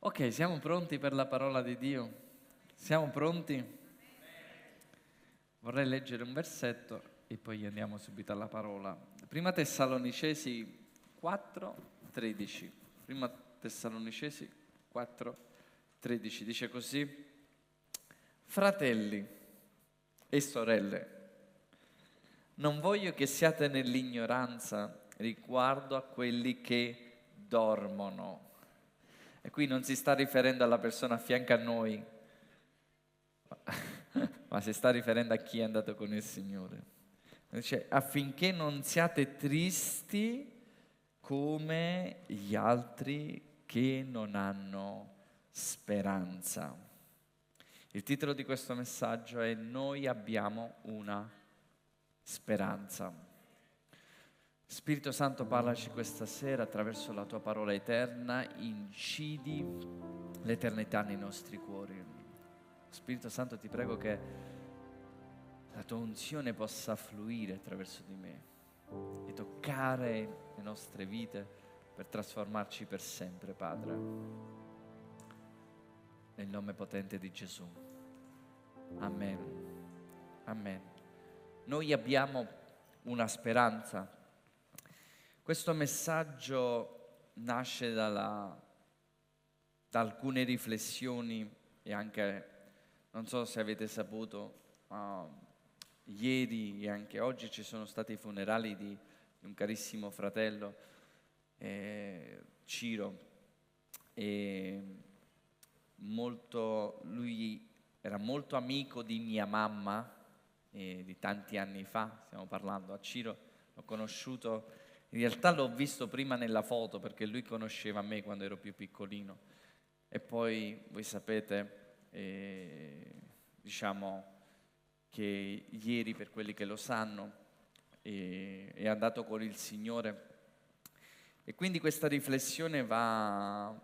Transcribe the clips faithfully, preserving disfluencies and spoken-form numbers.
Ok, siamo pronti per la parola di Dio? Siamo pronti? Vorrei leggere un versetto e poi andiamo subito alla parola. Prima Tessalonicesi quattro, tredici. Prima Tessalonicesi quattro, tredici dice così: Fratelli e sorelle, non voglio che siate nell'ignoranza riguardo a quelli che dormono. E qui non si sta riferendo alla persona a fianco a noi, ma si sta riferendo a chi è andato con il Signore. Dice, affinché non siate tristi come gli altri che non hanno speranza. Il titolo di questo messaggio è Noi abbiamo una speranza. Spirito Santo, parlaci questa sera attraverso la tua parola eterna, incidi l'eternità nei nostri cuori. Spirito Santo, ti prego che la tua unzione possa fluire attraverso di me e toccare le nostre vite per trasformarci per sempre, Padre. Nel nome potente di Gesù. Amen. Amen. Noi abbiamo una speranza. Questo messaggio nasce dalla, da alcune riflessioni e anche, non so se avete saputo, uh, ieri e anche oggi ci sono stati i funerali di, di un carissimo fratello, eh, Ciro, e molto, lui era molto amico di mia mamma, eh, di tanti anni fa, stiamo parlando. A Ciro l'ho conosciuto. In realtà l'ho visto prima nella foto perché lui conosceva me quando ero più piccolino e poi voi sapete, eh, diciamo che ieri, per quelli che lo sanno, eh, è andato con il Signore e quindi questa riflessione va,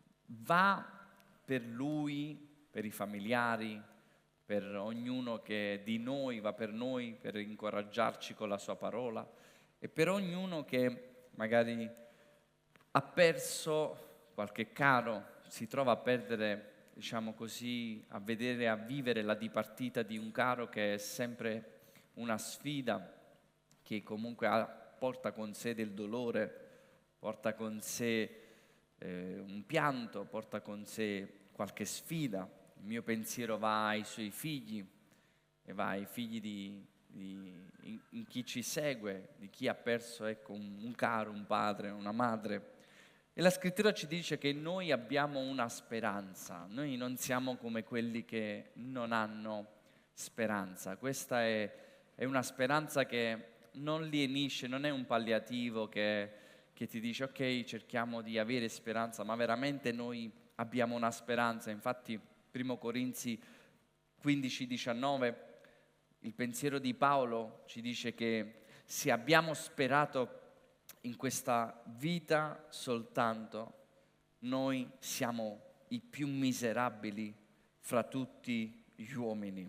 va per lui, per i familiari, per ognuno che di noi, va per noi, per incoraggiarci con la sua parola. E per ognuno che magari ha perso qualche caro, si trova a perdere, diciamo così, a vedere, a vivere la dipartita di un caro, che è sempre una sfida, che comunque ha, porta con sé del dolore, porta con sé eh, un pianto, porta con sé qualche sfida. Il mio pensiero va ai suoi figli e va ai figli di Di, in, in chi ci segue, di chi ha perso ecco, un, un caro, un padre, una madre. E la scrittura ci dice che noi abbiamo una speranza, noi non siamo come quelli che non hanno speranza. Questa è, è una speranza che non lienisce, non è un palliativo che, che ti dice ok, cerchiamo di avere speranza, ma veramente noi abbiamo una speranza. Infatti primo Corinzi quindici diciannove, il pensiero di Paolo ci dice che se abbiamo sperato in questa vita soltanto, noi siamo i più miserabili fra tutti gli uomini,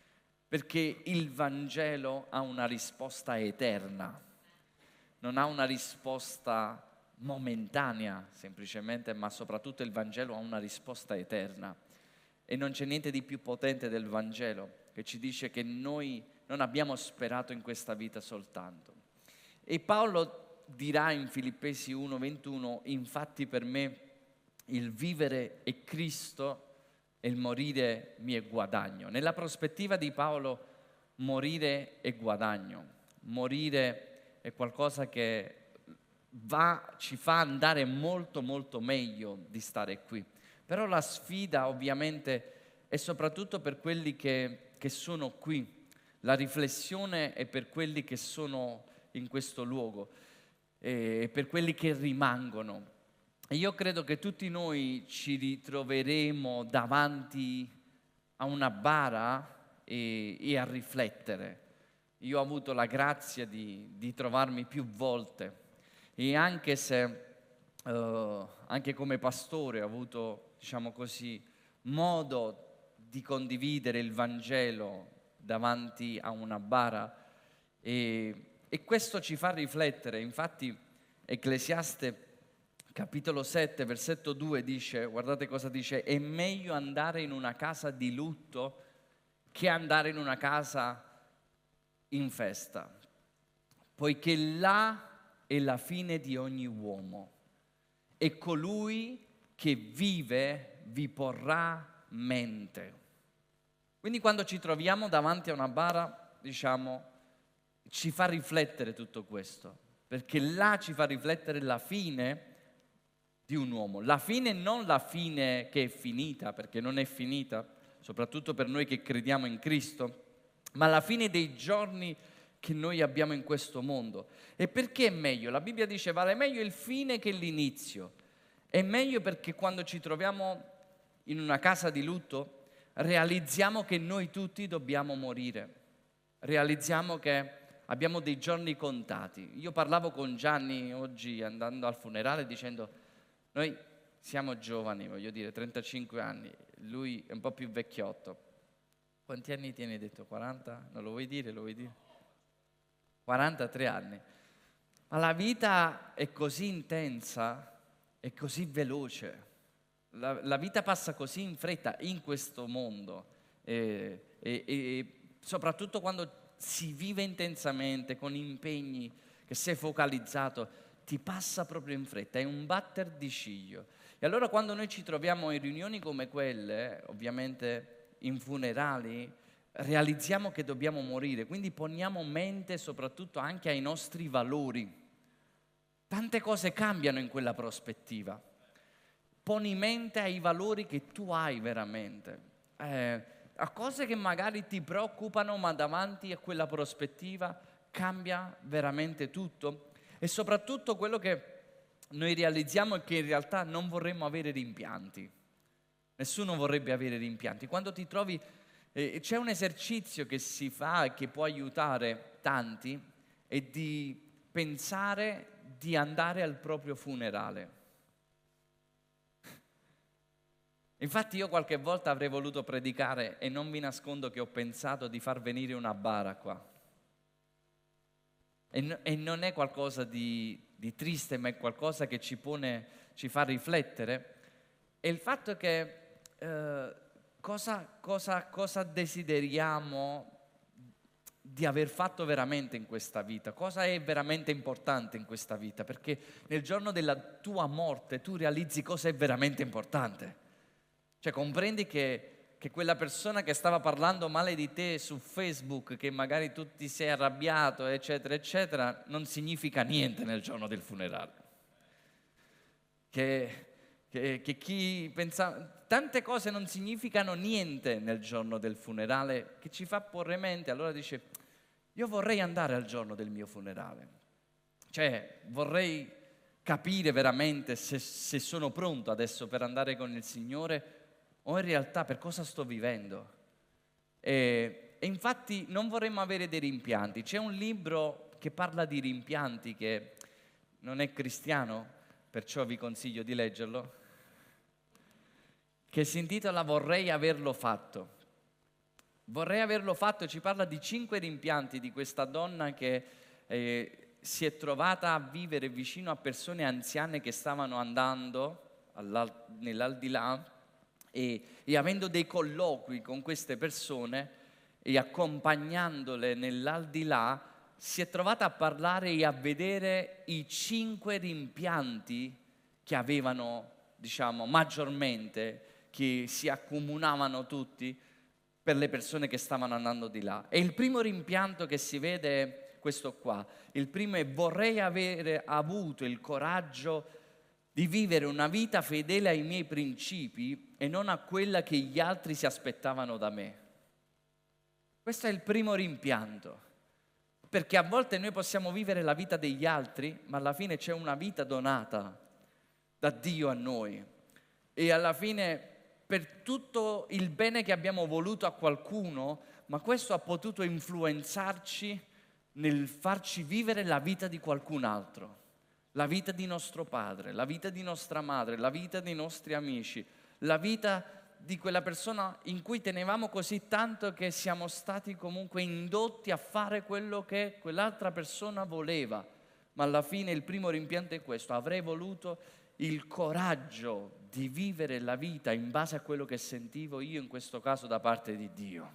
perché il Vangelo ha una risposta eterna, non ha una risposta momentanea semplicemente, ma soprattutto il Vangelo ha una risposta eterna. E non c'è niente di più potente del Vangelo, che ci dice che noi non abbiamo sperato in questa vita soltanto. E Paolo dirà in Filippesi uno ventuno, infatti per me il vivere è Cristo e il morire mi è guadagno. Nella prospettiva di Paolo morire è guadagno, morire è qualcosa che va, ci fa andare molto molto meglio di stare qui. Però la sfida ovviamente è soprattutto per quelli che, che sono qui, la riflessione è per quelli che sono in questo luogo e per quelli che rimangono. E io credo che tutti noi ci ritroveremo davanti a una bara e, e a riflettere. Io ho avuto la grazia di, di trovarmi più volte e anche se Uh, anche come pastore ho avuto, diciamo così, modo di condividere il Vangelo davanti a una bara e, e questo ci fa riflettere. Infatti Ecclesiaste capitolo sette, versetto due dice, guardate cosa dice, è meglio andare in una casa di lutto che andare in una casa in festa, poiché là è la fine di ogni uomo e colui che vive vi porrà mente. Quindi quando ci troviamo davanti a una bara, diciamo, ci fa riflettere tutto questo, perché là ci fa riflettere la fine di un uomo. La fine non la fine che è finita, perché non è finita, soprattutto per noi che crediamo in Cristo, ma la fine dei giorni che noi abbiamo in questo mondo. E perché è meglio? La Bibbia dice vale meglio il fine che l'inizio. È meglio perché quando ci troviamo in una casa di lutto realizziamo che noi tutti dobbiamo morire, realizziamo che abbiamo dei giorni contati. Io parlavo con Gianni oggi andando al funerale dicendo noi siamo giovani, voglio dire, trentacinque anni, lui è un po' più vecchiotto. Quanti anni tieni, hai detto? quaranta? Non lo vuoi dire? Lo vuoi dire? quarantatré anni. Ma la vita è così intensa, è così veloce. La, la vita passa così in fretta in questo mondo e, e, e soprattutto quando si vive intensamente con impegni che sei focalizzato, ti passa proprio in fretta, è un batter di ciglio. E allora quando noi ci troviamo in riunioni come quelle, ovviamente in funerali, realizziamo che dobbiamo morire, quindi poniamo mente soprattutto anche ai nostri valori. Tante cose cambiano in quella prospettiva. Poni mente ai valori che tu hai veramente, eh, a cose che magari ti preoccupano, ma davanti a quella prospettiva cambia veramente tutto. E soprattutto quello che noi realizziamo è che in realtà non vorremmo avere rimpianti. Nessuno vorrebbe avere rimpianti. Quando ti trovi, eh, c'è un esercizio che si fa e che può aiutare tanti, è di pensare di andare al proprio funerale. Infatti io qualche volta avrei voluto predicare e non vi nascondo che ho pensato di far venire una bara qua. E, no, e non è qualcosa di, di triste, ma è qualcosa che ci pone, ci fa riflettere. E il fatto che eh, cosa, cosa, cosa desideriamo di aver fatto veramente in questa vita, cosa è veramente importante in questa vita, perché nel giorno della tua morte tu realizzi cosa è veramente importante. Cioè comprendi che, che quella persona che stava parlando male di te su Facebook, che magari tu ti sei arrabbiato, eccetera, eccetera, non significa niente nel giorno del funerale. Che, che, che chi pensa... Tante cose non significano niente nel giorno del funerale, che ci fa porre mente. Allora dice, io vorrei andare al giorno del mio funerale. Cioè vorrei capire veramente se, se sono pronto adesso per andare con il Signore o in realtà per cosa sto vivendo. E, e infatti non vorremmo avere dei rimpianti. C'è un libro che parla di rimpianti che non è cristiano, perciò vi consiglio di leggerlo, che si intitola Vorrei averlo fatto. Vorrei averlo fatto e ci parla di cinque rimpianti di questa donna che eh, si è trovata a vivere vicino a persone anziane che stavano andando nell'aldilà e, e avendo dei colloqui con queste persone e accompagnandole nell'aldilà si è trovata a parlare e a vedere i cinque rimpianti che avevano, diciamo, maggiormente, che si accomunavano tutti per le persone che stavano andando di là. E il primo rimpianto che si vede è questo qua. Il primo è: vorrei avere avuto il coraggio di vivere una vita fedele ai miei principi e non a quella che gli altri si aspettavano da me. Questo è il primo rimpianto, perché a volte noi possiamo vivere la vita degli altri, ma alla fine c'è una vita donata da Dio a noi. E alla fine, per tutto il bene che abbiamo voluto a qualcuno, ma questo ha potuto influenzarci nel farci vivere la vita di qualcun altro, la vita di nostro padre, la vita di nostra madre, la vita dei nostri amici, la vita di quella persona in cui tenevamo così tanto che siamo stati comunque indotti a fare quello che quell'altra persona voleva. Ma alla fine il primo rimpianto è questo: avrei voluto il coraggio di vivere la vita in base a quello che sentivo io, in questo caso da parte di Dio.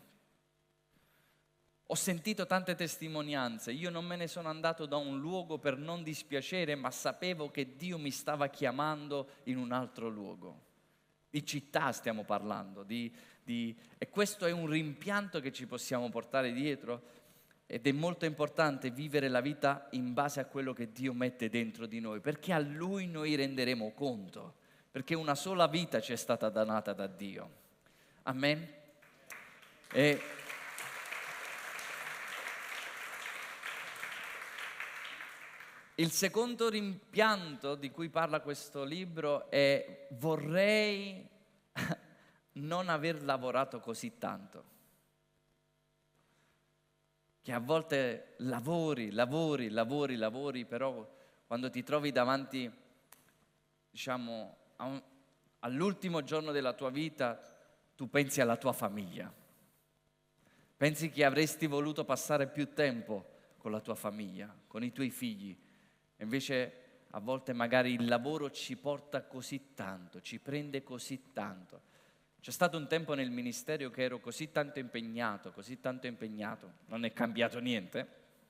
Ho sentito tante testimonianze, io non me ne sono andato da un luogo per non dispiacere, ma sapevo che Dio mi stava chiamando in un altro luogo. Di città stiamo parlando, di, di, e questo è un rimpianto che ci possiamo portare dietro, ed è molto importante vivere la vita in base a quello che Dio mette dentro di noi, perché a Lui noi renderemo conto, perché una sola vita ci è stata donata da Dio. Amen? E il secondo rimpianto di cui parla questo libro è: vorrei non aver lavorato così tanto. Che a volte lavori, lavori, lavori, lavori, però quando ti trovi davanti, diciamo, a un, all'ultimo giorno della tua vita, tu pensi alla tua famiglia. Pensi che avresti voluto passare più tempo con la tua famiglia, con i tuoi figli. Invece a volte magari il lavoro ci porta così tanto, ci prende così tanto. C'è stato un tempo nel ministero che ero così tanto impegnato, così tanto impegnato, non è cambiato niente,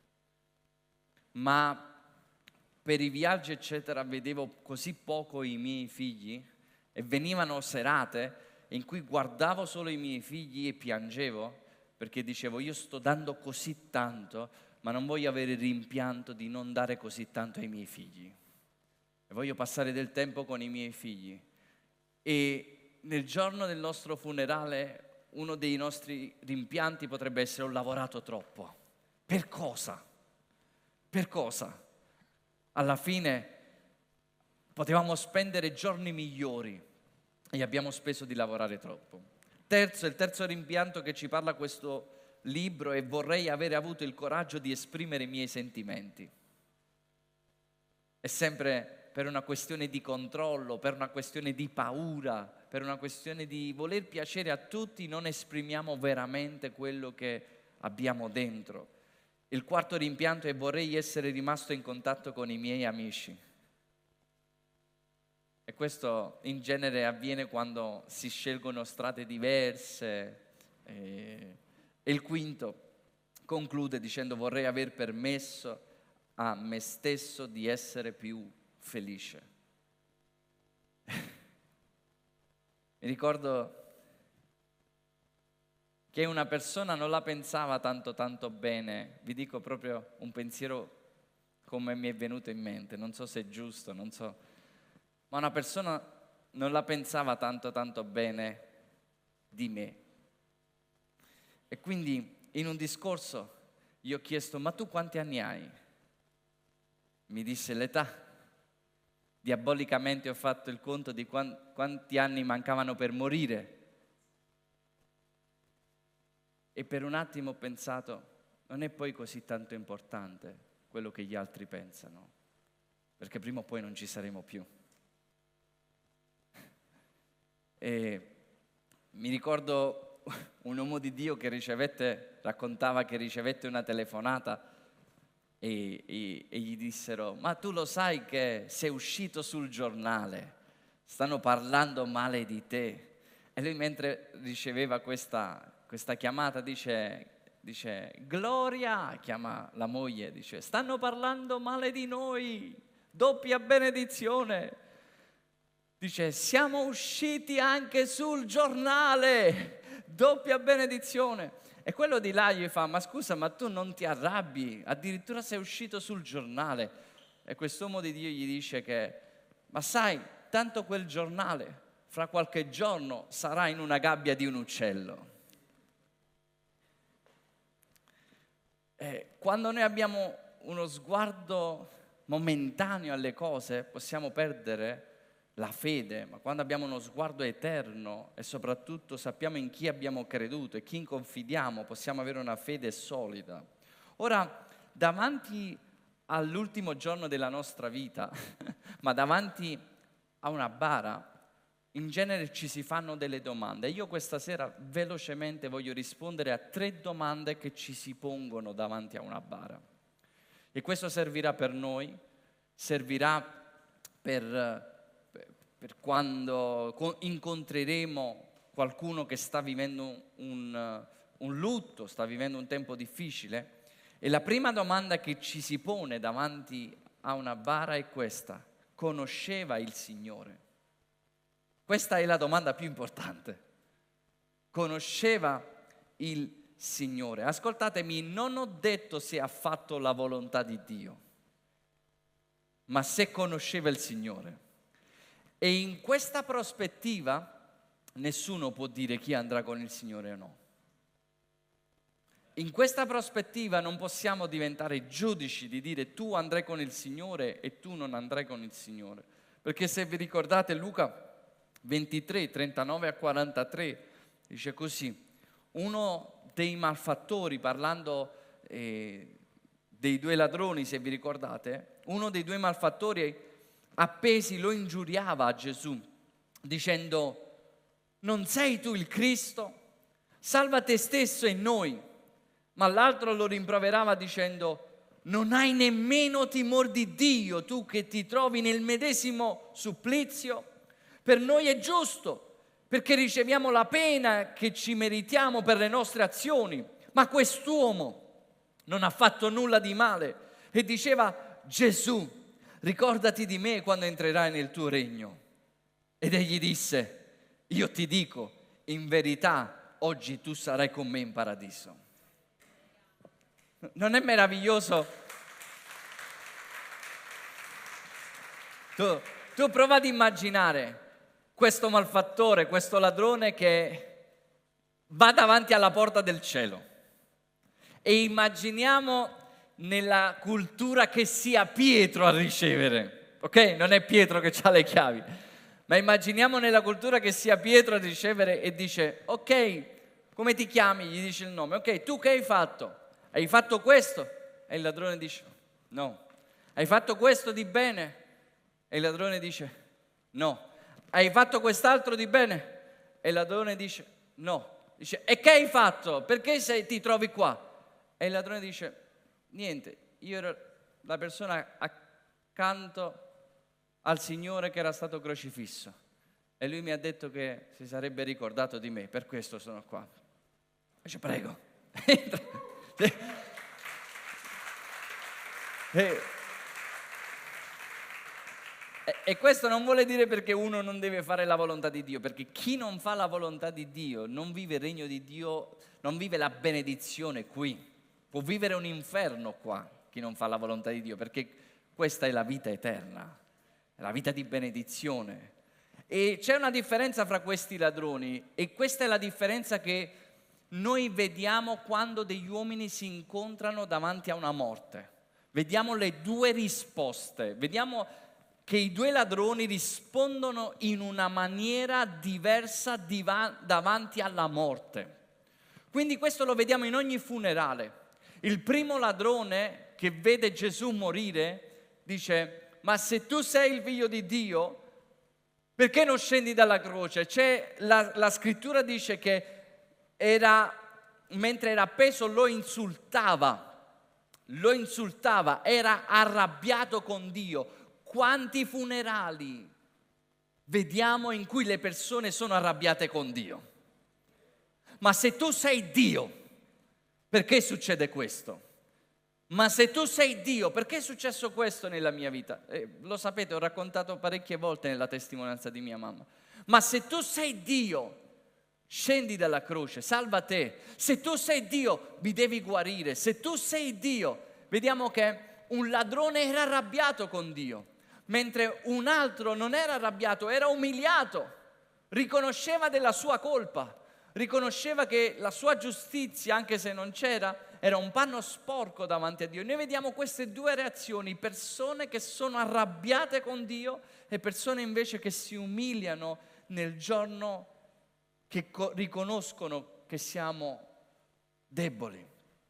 ma per i viaggi eccetera vedevo così poco i miei figli e venivano serate in cui guardavo solo i miei figli e piangevo perché dicevo: io sto dando così tanto, ma non voglio avere il rimpianto di non dare così tanto ai miei figli. E voglio passare del tempo con i miei figli. E nel giorno del nostro funerale, uno dei nostri rimpianti potrebbe essere: ho lavorato troppo. Per cosa? Per cosa? Alla fine potevamo spendere giorni migliori e abbiamo speso di lavorare troppo. Terzo, il terzo rimpianto che ci parla questo libro è: vorrei avere avuto il coraggio di esprimere i miei sentimenti. È sempre per una questione di controllo, per una questione di paura, per una questione di voler piacere a tutti, non esprimiamo veramente quello che abbiamo dentro. Il quarto rimpianto è: vorrei essere rimasto in contatto con i miei amici. E questo in genere avviene quando si scelgono strade diverse. E, e il quinto conclude dicendo: vorrei aver permesso a me stesso di essere più felice. Mi ricordo che una persona non la pensava tanto tanto bene, vi dico proprio un pensiero come mi è venuto in mente, non so se è giusto, non so, ma una persona non la pensava tanto tanto bene di me. E quindi in un discorso gli ho chiesto: ma tu quanti anni hai? Mi disse l'età. Diabolicamente ho fatto il conto di quanti anni mancavano per morire. E per un attimo ho pensato: non è poi così tanto importante quello che gli altri pensano, perché prima o poi non ci saremo più. E mi ricordo un uomo di Dio che ricevette, raccontava che ricevette una telefonata e, e, e gli dissero: ma tu lo sai che sei uscito sul giornale, stanno parlando male di te. E lui, mentre riceveva questa, questa chiamata, dice, dice: Gloria, chiama la moglie, dice: stanno parlando male di noi, doppia benedizione. Dice: siamo usciti anche sul giornale, doppia benedizione. E quello di là gli fa: ma scusa, ma tu non ti arrabbi, addirittura sei uscito sul giornale. E quest'uomo di Dio gli dice che: ma sai, tanto quel giornale fra qualche giorno sarà in una gabbia di un uccello. E quando noi abbiamo uno sguardo momentaneo alle cose, possiamo perdere la fede, ma quando abbiamo uno sguardo eterno e soprattutto sappiamo in chi abbiamo creduto e chi confidiamo, possiamo avere una fede solida. Ora, davanti all'ultimo giorno della nostra vita, ma davanti a una bara, in genere ci si fanno delle domande. Io questa sera velocemente voglio rispondere a tre domande che ci si pongono davanti a una bara. E questo servirà per noi, servirà per per quando incontreremo qualcuno che sta vivendo un, un lutto, sta vivendo un tempo difficile. E la prima domanda che ci si pone davanti a una bara è questa: conosceva il Signore? Questa è la domanda più importante. Conosceva il Signore? Ascoltatemi, non ho detto se ha fatto la volontà di Dio, ma se conosceva il Signore. E in questa prospettiva nessuno può dire chi andrà con il Signore o no. In questa prospettiva non possiamo diventare giudici di dire tu andrai con il Signore e tu non andrai con il Signore. Perché se vi ricordate Luca ventitré, trentanove a quarantatré, dice così: uno dei malfattori, parlando eh, dei due ladroni, se vi ricordate, uno dei due malfattori appesi lo ingiuriava a Gesù, dicendo: non sei tu il Cristo? Salva te stesso e noi. Ma l'altro lo rimproverava dicendo: non hai nemmeno timore di Dio, tu che ti trovi nel medesimo supplizio? Per noi è giusto, perché riceviamo la pena che ci meritiamo per le nostre azioni. Ma quest'uomo non ha fatto nulla di male. E diceva: Gesù, ricordati di me quando entrerai nel tuo regno. Ed egli disse: io ti dico, in verità, oggi tu sarai con me in paradiso. Non è meraviglioso? Tu, tu prova ad immaginare questo malfattore, questo ladrone che va davanti alla porta del cielo. E immaginiamo nella cultura che sia Pietro a ricevere, ok? Non è Pietro che ha le chiavi, ma immaginiamo nella cultura che sia Pietro a ricevere e dice: ok, come ti chiami? Gli dice il nome. Ok, tu che hai fatto? Hai fatto questo? E il ladrone dice: no. Hai fatto questo di bene? E il ladrone dice: no. Hai fatto quest'altro di bene? E il ladrone dice: no. Dice: e che hai fatto? Perché sei, ti trovi qua? E il ladrone dice: niente, io ero la persona accanto al Signore che era stato crocifisso e lui mi ha detto che si sarebbe ricordato di me, per questo sono qua. Dice: prego, entra. E, e questo non vuole dire perché uno non deve fare la volontà di Dio, perché chi non fa la volontà di Dio non vive il regno di Dio, non vive la benedizione qui, può vivere un inferno qua chi non fa la volontà di Dio, perché questa è la vita eterna, è la vita di benedizione. E c'è una differenza fra questi ladroni, e questa è la differenza che noi vediamo quando degli uomini si incontrano davanti a una morte. Vediamo le due risposte, vediamo che i due ladroni rispondono in una maniera diversa diva- davanti alla morte. Quindi questo lo vediamo in ogni funerale. Il primo ladrone che vede Gesù morire dice: ma se tu sei il figlio di Dio, perché non scendi dalla croce? C'è la, la scrittura dice che era, mentre era appeso lo insultava, lo insultava, era arrabbiato con Dio. Quanti funerali vediamo in cui le persone sono arrabbiate con Dio? Ma se tu sei Dio, perché succede questo? Ma se tu sei Dio, perché è successo questo nella mia vita? Eh, lo sapete, ho raccontato parecchie volte nella testimonianza di mia mamma. Ma se tu sei Dio, scendi dalla croce, salva te. Se tu sei Dio, mi devi guarire. Se tu sei Dio, vediamo che un ladrone era arrabbiato con Dio, mentre un altro non era arrabbiato, era umiliato, riconosceva della sua colpa, riconosceva che la sua giustizia, anche se non c'era, era un panno sporco davanti a Dio. Noi vediamo queste due reazioni, persone che sono arrabbiate con Dio e persone invece che si umiliano nel giorno che riconoscono che siamo deboli.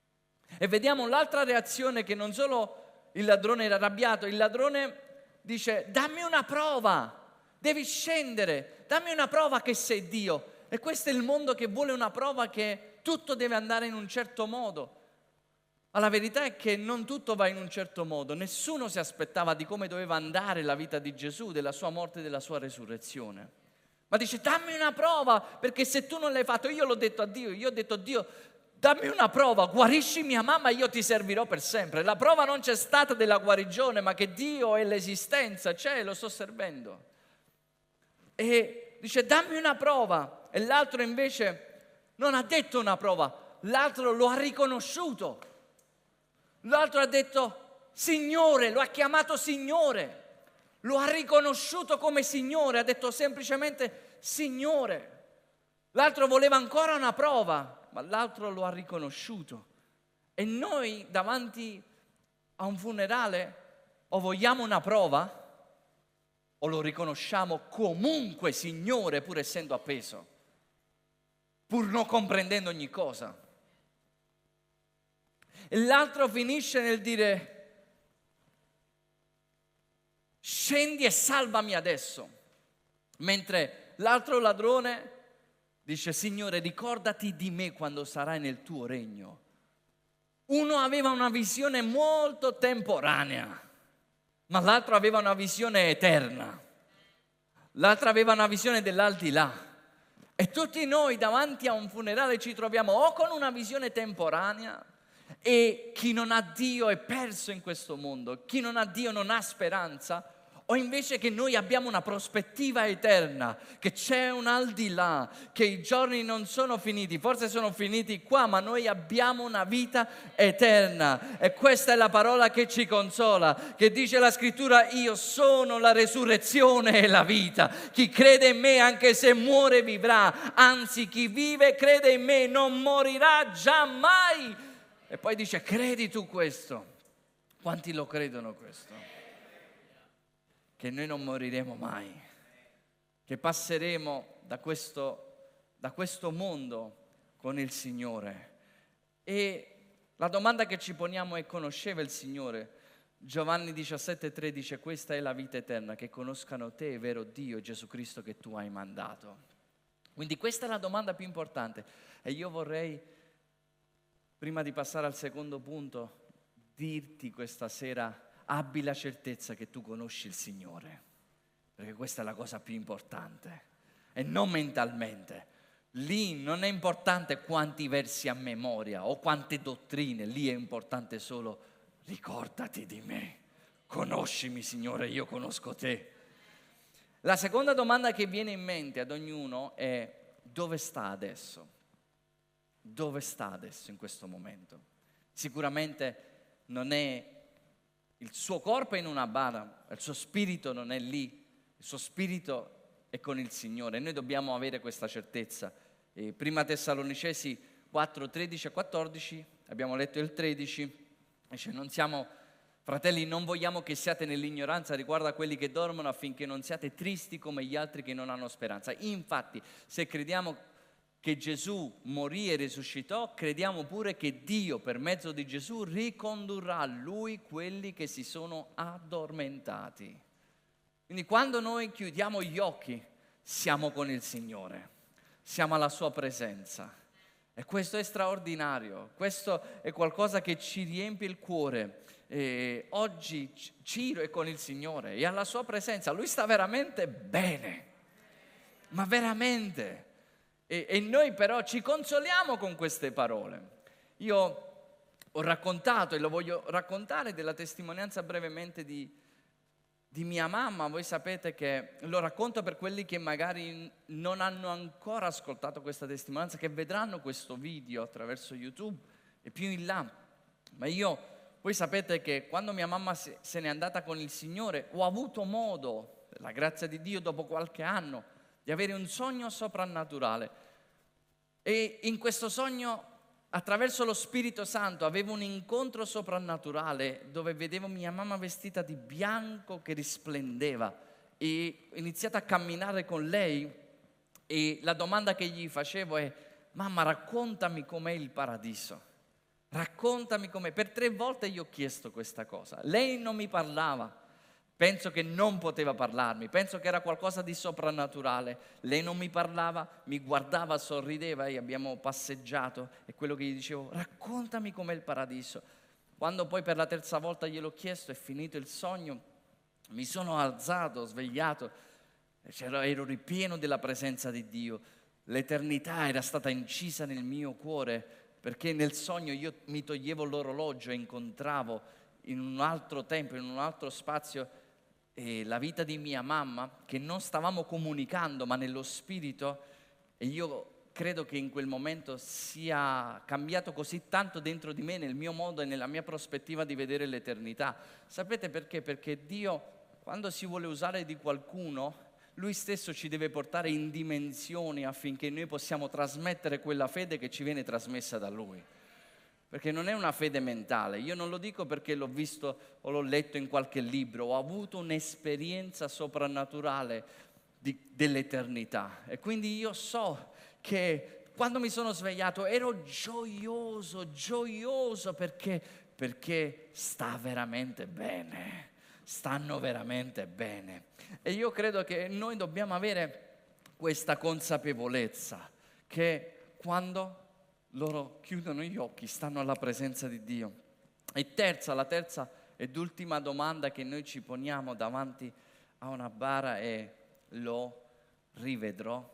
E vediamo l'altra reazione, che non solo il ladrone era arrabbiato, il ladrone dice: dammi una prova, devi scendere, dammi una prova che sei Dio. E questo è il mondo che vuole una prova, che tutto deve andare in un certo modo. Ma la verità è che non tutto va in un certo modo. Nessuno si aspettava di come doveva andare la vita di Gesù, della sua morte e della sua resurrezione. Ma dice, dammi una prova, perché se tu non l'hai fatto, io l'ho detto a Dio, io ho detto a Dio, dammi una prova, guarisci mia mamma e io ti servirò per sempre. La prova non c'è stata della guarigione, ma che Dio è l'esistenza, c'è, lo sto servendo. E dice, dammi una prova. E l'altro invece non ha detto una prova, l'altro lo ha riconosciuto. L'altro ha detto Signore, lo ha chiamato Signore, lo ha riconosciuto come Signore, ha detto semplicemente Signore. L'altro voleva ancora una prova, ma l'altro lo ha riconosciuto. E noi davanti a un funerale o vogliamo una prova o lo riconosciamo comunque Signore pur essendo appeso, pur non comprendendo ogni cosa. E l'altro finisce nel dire scendi e salvami adesso, mentre l'altro ladrone dice Signore ricordati di me quando sarai nel tuo regno. Uno aveva una visione molto temporanea, ma l'altro aveva una visione eterna, l'altro aveva una visione dell'aldilà. E tutti noi davanti a un funerale ci troviamo o con una visione temporanea, e chi non ha Dio è perso in questo mondo, chi non ha Dio non ha speranza, o invece che noi abbiamo una prospettiva eterna, che c'è un aldilà, che i giorni non sono finiti, forse sono finiti qua, ma noi abbiamo una vita eterna. E questa è la parola che ci consola, che dice la scrittura, io sono la resurrezione e la vita, chi crede in me anche se muore vivrà, anzi chi vive e crede in me non morirà giammai. E poi dice, credi tu questo? Quanti lo credono questo? Che noi non moriremo mai, che passeremo da questo, da questo mondo con il Signore. E la domanda che ci poniamo è, conosceva il Signore? Giovanni diciassette tre dice, questa è la vita eterna, che conoscano te, vero Dio, Gesù Cristo che tu hai mandato. Quindi questa è la domanda più importante. E io vorrei, prima di passare al secondo punto, dirti questa sera, abbi la certezza che tu conosci il Signore, perché questa è la cosa più importante, e non mentalmente. Lì non è importante quanti versi a memoria o quante dottrine, lì è importante solo ricordati di me, conoscimi Signore, io conosco te. La seconda domanda che viene in mente ad ognuno è, dove sta adesso? Dove sta adesso in questo momento? Sicuramente non è il suo corpo è in una bara, il suo spirito non è lì, il suo spirito è con il Signore. Noi dobbiamo avere questa certezza. E prima Tessalonicesi quattro, tredici e quattordici, abbiamo letto il tredici, dice non siamo, fratelli, non vogliamo che siate nell'ignoranza riguardo a quelli che dormono affinché non siate tristi come gli altri che non hanno speranza. Infatti, se crediamo che Gesù morì e risuscitò, crediamo pure che Dio per mezzo di Gesù ricondurrà a Lui quelli che si sono addormentati. Quindi quando noi chiudiamo gli occhi siamo con il Signore, siamo alla Sua presenza e questo è straordinario, questo è qualcosa che ci riempie il cuore. E oggi Ciro è con il Signore, è alla Sua presenza, Lui sta veramente bene, ma veramente. E, e noi però ci consoliamo con queste parole. Io ho raccontato e lo voglio raccontare della testimonianza brevemente di, di mia mamma. Voi sapete che lo racconto per quelli che magari non hanno ancora ascoltato questa testimonianza, che vedranno questo video attraverso YouTube e più in là. Ma io, voi sapete che quando mia mamma se, se n'è andata con il Signore, ho avuto modo, per la grazia di Dio, dopo qualche anno, di avere un sogno soprannaturale. E in questo sogno, attraverso lo Spirito Santo, avevo un incontro soprannaturale dove vedevo mia mamma vestita di bianco che risplendeva e ho iniziato a camminare con lei e la domanda che gli facevo è: mamma, raccontami com'è il paradiso, raccontami com'è. Per tre volte gli ho chiesto questa cosa, lei non mi parlava. Penso che non poteva parlarmi, penso che era qualcosa di soprannaturale. Lei non mi parlava, mi guardava, sorrideva e abbiamo passeggiato e quello che gli dicevo: raccontami com'è il paradiso. Quando poi per la terza volta gliel'ho chiesto, è finito il sogno, mi sono alzato, svegliato, ero ripieno della presenza di Dio. L'eternità era stata incisa nel mio cuore, perché nel sogno io mi toglievo l'orologio e incontravo in un altro tempo, in un altro spazio, eh, la vita di mia mamma, che non stavamo comunicando, ma nello spirito, e io credo che in quel momento sia cambiato così tanto dentro di me, nel mio modo e nella mia prospettiva di vedere l'eternità. Sapete perché? Perché Dio, quando si vuole usare di qualcuno, Lui stesso ci deve portare in dimensioni affinché noi possiamo trasmettere quella fede che ci viene trasmessa da Lui. Perché non è una fede mentale, io non lo dico perché l'ho visto o l'ho letto in qualche libro, ho avuto un'esperienza soprannaturale di, dell'eternità. E quindi io so che quando mi sono svegliato ero gioioso, gioioso perché, perché sta veramente bene. Stanno veramente bene. E io credo che noi dobbiamo avere questa consapevolezza che quando loro chiudono gli occhi stanno alla presenza di Dio. E terza, la terza ed ultima domanda che noi ci poniamo davanti a una bara è: lo rivedrò?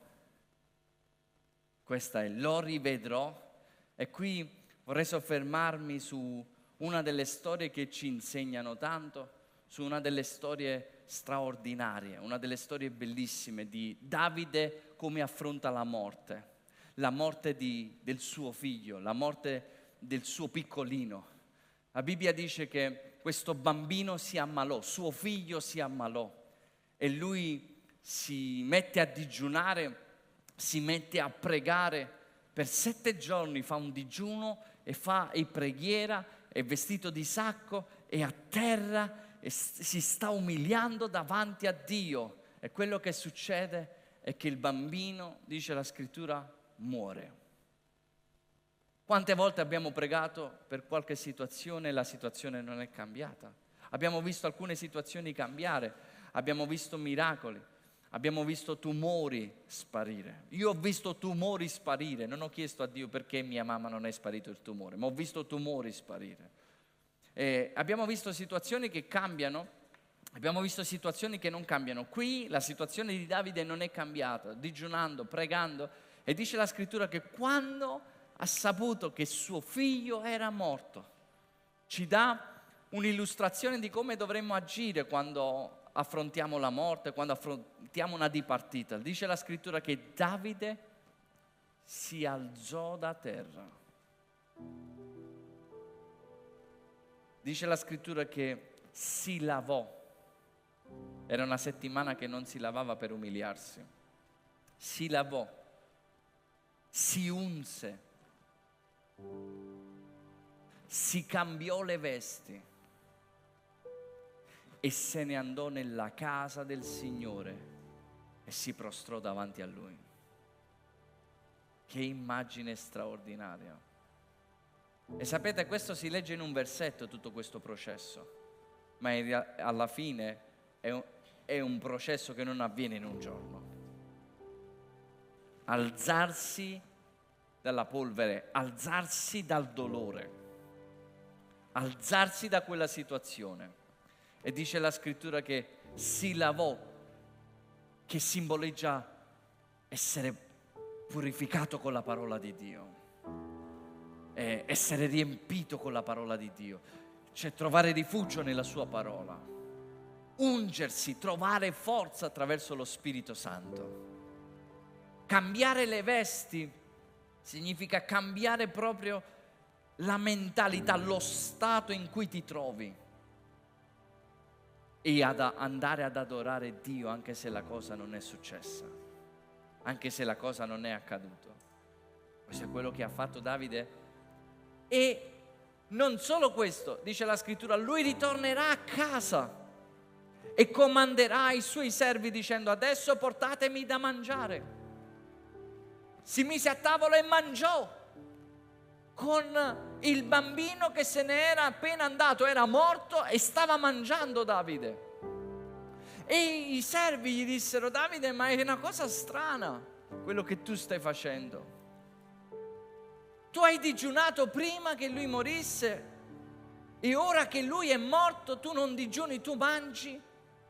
Questa è: lo rivedrò? E qui vorrei soffermarmi su una delle storie che ci insegnano tanto, su una delle storie straordinarie, una delle storie bellissime di Davide, come affronta la morte, la morte di, del suo figlio, la morte del suo piccolino. La Bibbia dice che questo bambino si ammalò, suo figlio si ammalò e lui si mette a digiunare, si mette a pregare per sette giorni, fa un digiuno e fa e preghiera, è vestito di sacco, è a terra e si sta umiliando davanti a Dio. E quello che succede è che il bambino, dice la scrittura, muore. Quante volte abbiamo pregato per qualche situazione e la situazione non è cambiata? Abbiamo visto alcune situazioni cambiare, abbiamo visto miracoli, abbiamo visto tumori sparire. Io ho visto tumori sparire, non ho chiesto a Dio perché mia mamma non è sparito il tumore, ma ho visto tumori sparire. Eh, abbiamo visto situazioni che cambiano, abbiamo visto situazioni che non cambiano. Qui la situazione di Davide non è cambiata, digiunando, pregando, e dice la scrittura che quando ha saputo che suo figlio era morto, ci dà un'illustrazione di come dovremmo agire quando affrontiamo la morte, quando affrontiamo una dipartita. Dice la scrittura che Davide si alzò da terra. Dice la scrittura che si lavò. Era una settimana che non si lavava per umiliarsi. Si lavò, si unse, si cambiò le vesti e se ne andò nella casa del Signore e si prostrò davanti a Lui. Che immagine straordinaria. E sapete, questo si legge in un versetto, tutto questo processo, ma in rea- alla fine è un, è un processo che non avviene in un giorno. Alzarsi dalla polvere, alzarsi dal dolore, alzarsi da quella situazione. E dice la scrittura che si lavò, che simboleggia essere purificato con la parola di Dio. Essere riempito con la parola di Dio, cioè trovare rifugio nella sua parola, ungersi, trovare forza attraverso lo Spirito Santo. Cambiare le vesti significa cambiare proprio la mentalità, lo stato in cui ti trovi e ad andare ad adorare Dio anche se la cosa non è successa, anche se la cosa non è accaduta. Questo è quello che ha fatto Davide. E non solo questo, dice la scrittura, lui ritornerà a casa e comanderà ai suoi servi dicendo: adesso portatemi da mangiare. Si mise a tavola e mangiò con il bambino che se ne era appena andato, era morto e stava mangiando Davide. E i servi gli dissero: Davide, ma è una cosa strana quello che tu stai facendo. Tu hai digiunato prima che lui morisse E ora che lui è morto, tu non digiuni, tu mangi.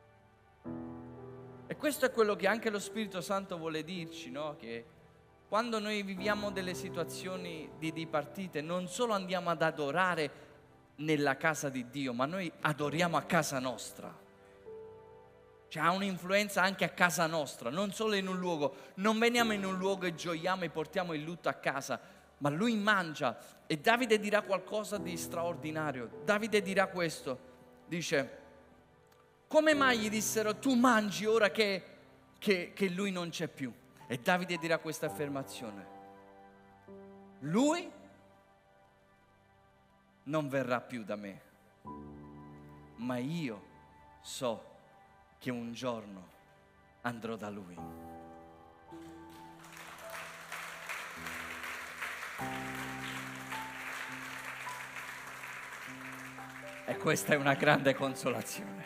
E questo è quello che anche lo Spirito Santo vuole dirci, no? Che quando noi viviamo delle situazioni di dipartite, non solo andiamo ad adorare nella casa di Dio, ma noi adoriamo a casa nostra. Cioè ha un'influenza anche a casa nostra, non solo in un luogo. Non veniamo in un luogo e gioiamo e portiamo il lutto a casa, ma lui mangia. E Davide dirà qualcosa di straordinario. Davide dirà questo, dice: come mai gli dissero tu mangi ora che, che, che lui non c'è più? E Davide dirà questa affermazione: lui non verrà più da me, ma io so che un giorno andrò da lui. E questa è una grande consolazione,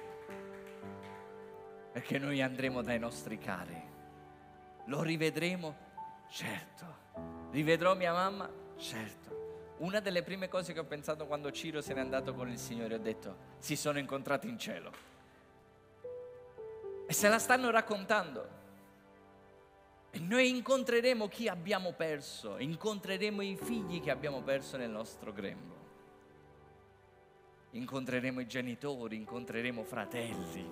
perché noi andremo dai nostri cari. Lo rivedremo? Certo. Rivedrò mia mamma? Certo. Una delle prime cose che ho pensato quando Ciro se n'è andato con il Signore, ho detto: si sono incontrati in cielo. E se la stanno raccontando. E noi incontreremo chi abbiamo perso, incontreremo i figli che abbiamo perso nel nostro grembo. Incontreremo i genitori, incontreremo fratelli.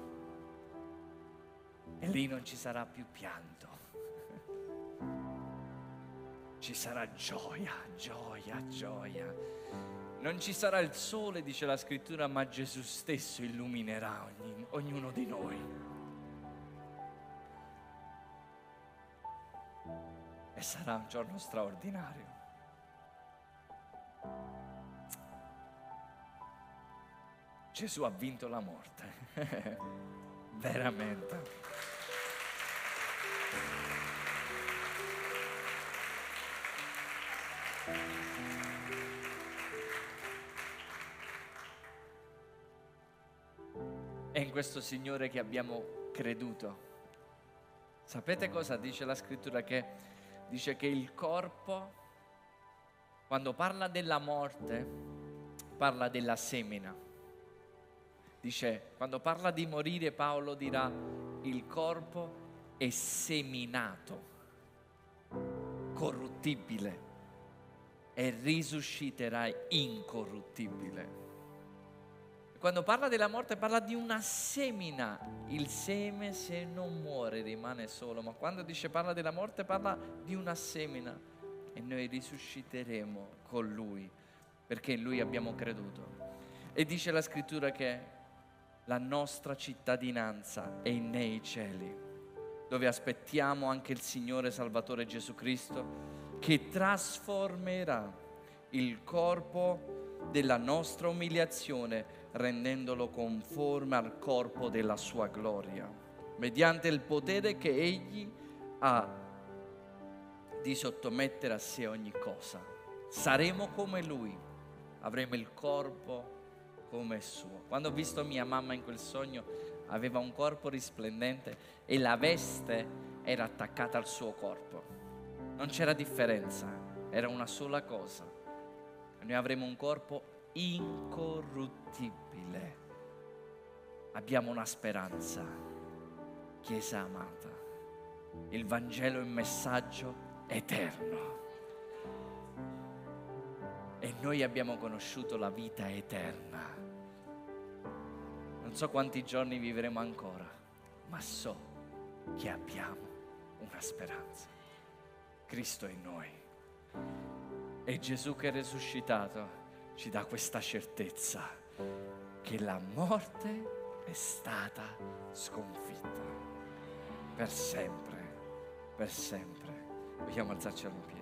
E lì non ci sarà più pianto. Ci sarà gioia, gioia, gioia. Non ci sarà il sole, dice la scrittura, ma Gesù stesso illuminerà ogni, ognuno di noi. E sarà un giorno straordinario. Gesù ha vinto la morte. Veramente. È in questo Signore che abbiamo creduto. Sapete cosa dice la scrittura? Che dice che il corpo, quando parla della morte, parla della semina. Dice, quando parla di morire, Paolo dirà: il corpo è seminato, corruttibile, e risusciterà incorruttibile. Quando parla della morte parla di una semina. Il seme, se non muore, rimane solo, ma quando dice parla della morte parla di una semina, e noi risusciteremo con lui perché in lui abbiamo creduto. E dice la scrittura che la nostra cittadinanza è nei cieli, dove aspettiamo anche il Signore Salvatore Gesù Cristo, che trasformerà il corpo della nostra umiliazione rendendolo conforme al corpo della sua gloria, mediante il potere che Egli ha di sottomettere a sé ogni cosa. Saremo come Lui, avremo il corpo come suo. Quando ho visto mia mamma in quel sogno, aveva un corpo risplendente e la veste era attaccata al suo corpo. Non c'era differenza, era una sola cosa. Noi avremo un corpo incorruttibile. Abbiamo una speranza, Chiesa amata. Il Vangelo è un messaggio eterno. E noi abbiamo conosciuto la vita eterna. Non so quanti giorni vivremo ancora, ma so che abbiamo una speranza. Cristo in noi. E Gesù che è risuscitato ci dà questa certezza che la morte è stata sconfitta per sempre, per sempre. Vogliamo alzarci in piedi.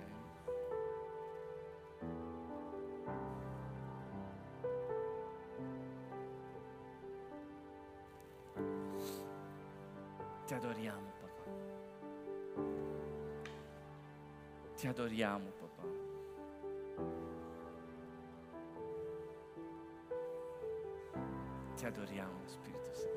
Ti adoriamo, papà. Ti adoriamo, papà. Ti adoriamo, Spirito Santo.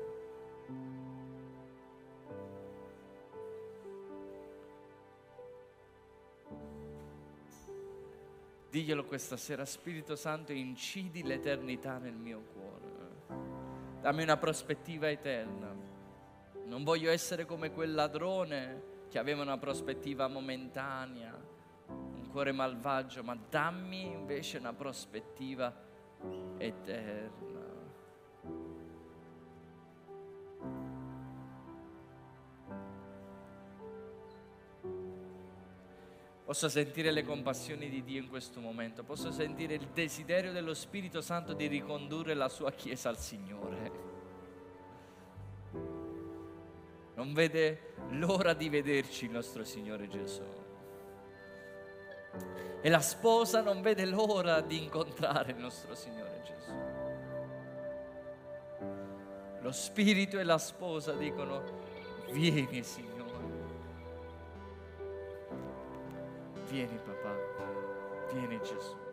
Diglielo questa sera: Spirito Santo, incidi l'eternità nel mio cuore. Dammi una prospettiva eterna. Non voglio essere come quel ladrone che aveva una prospettiva momentanea, un cuore malvagio, ma dammi invece una prospettiva eterna. Posso sentire le compassioni di Dio in questo momento, posso sentire il desiderio dello Spirito Santo di ricondurre la sua Chiesa al Signore. Non vede l'ora di vederci il nostro Signore Gesù. E la sposa non vede l'ora di incontrare il nostro Signore Gesù. Lo Spirito e la sposa dicono: vieni Signore. Vieni papà, vieni Gesù.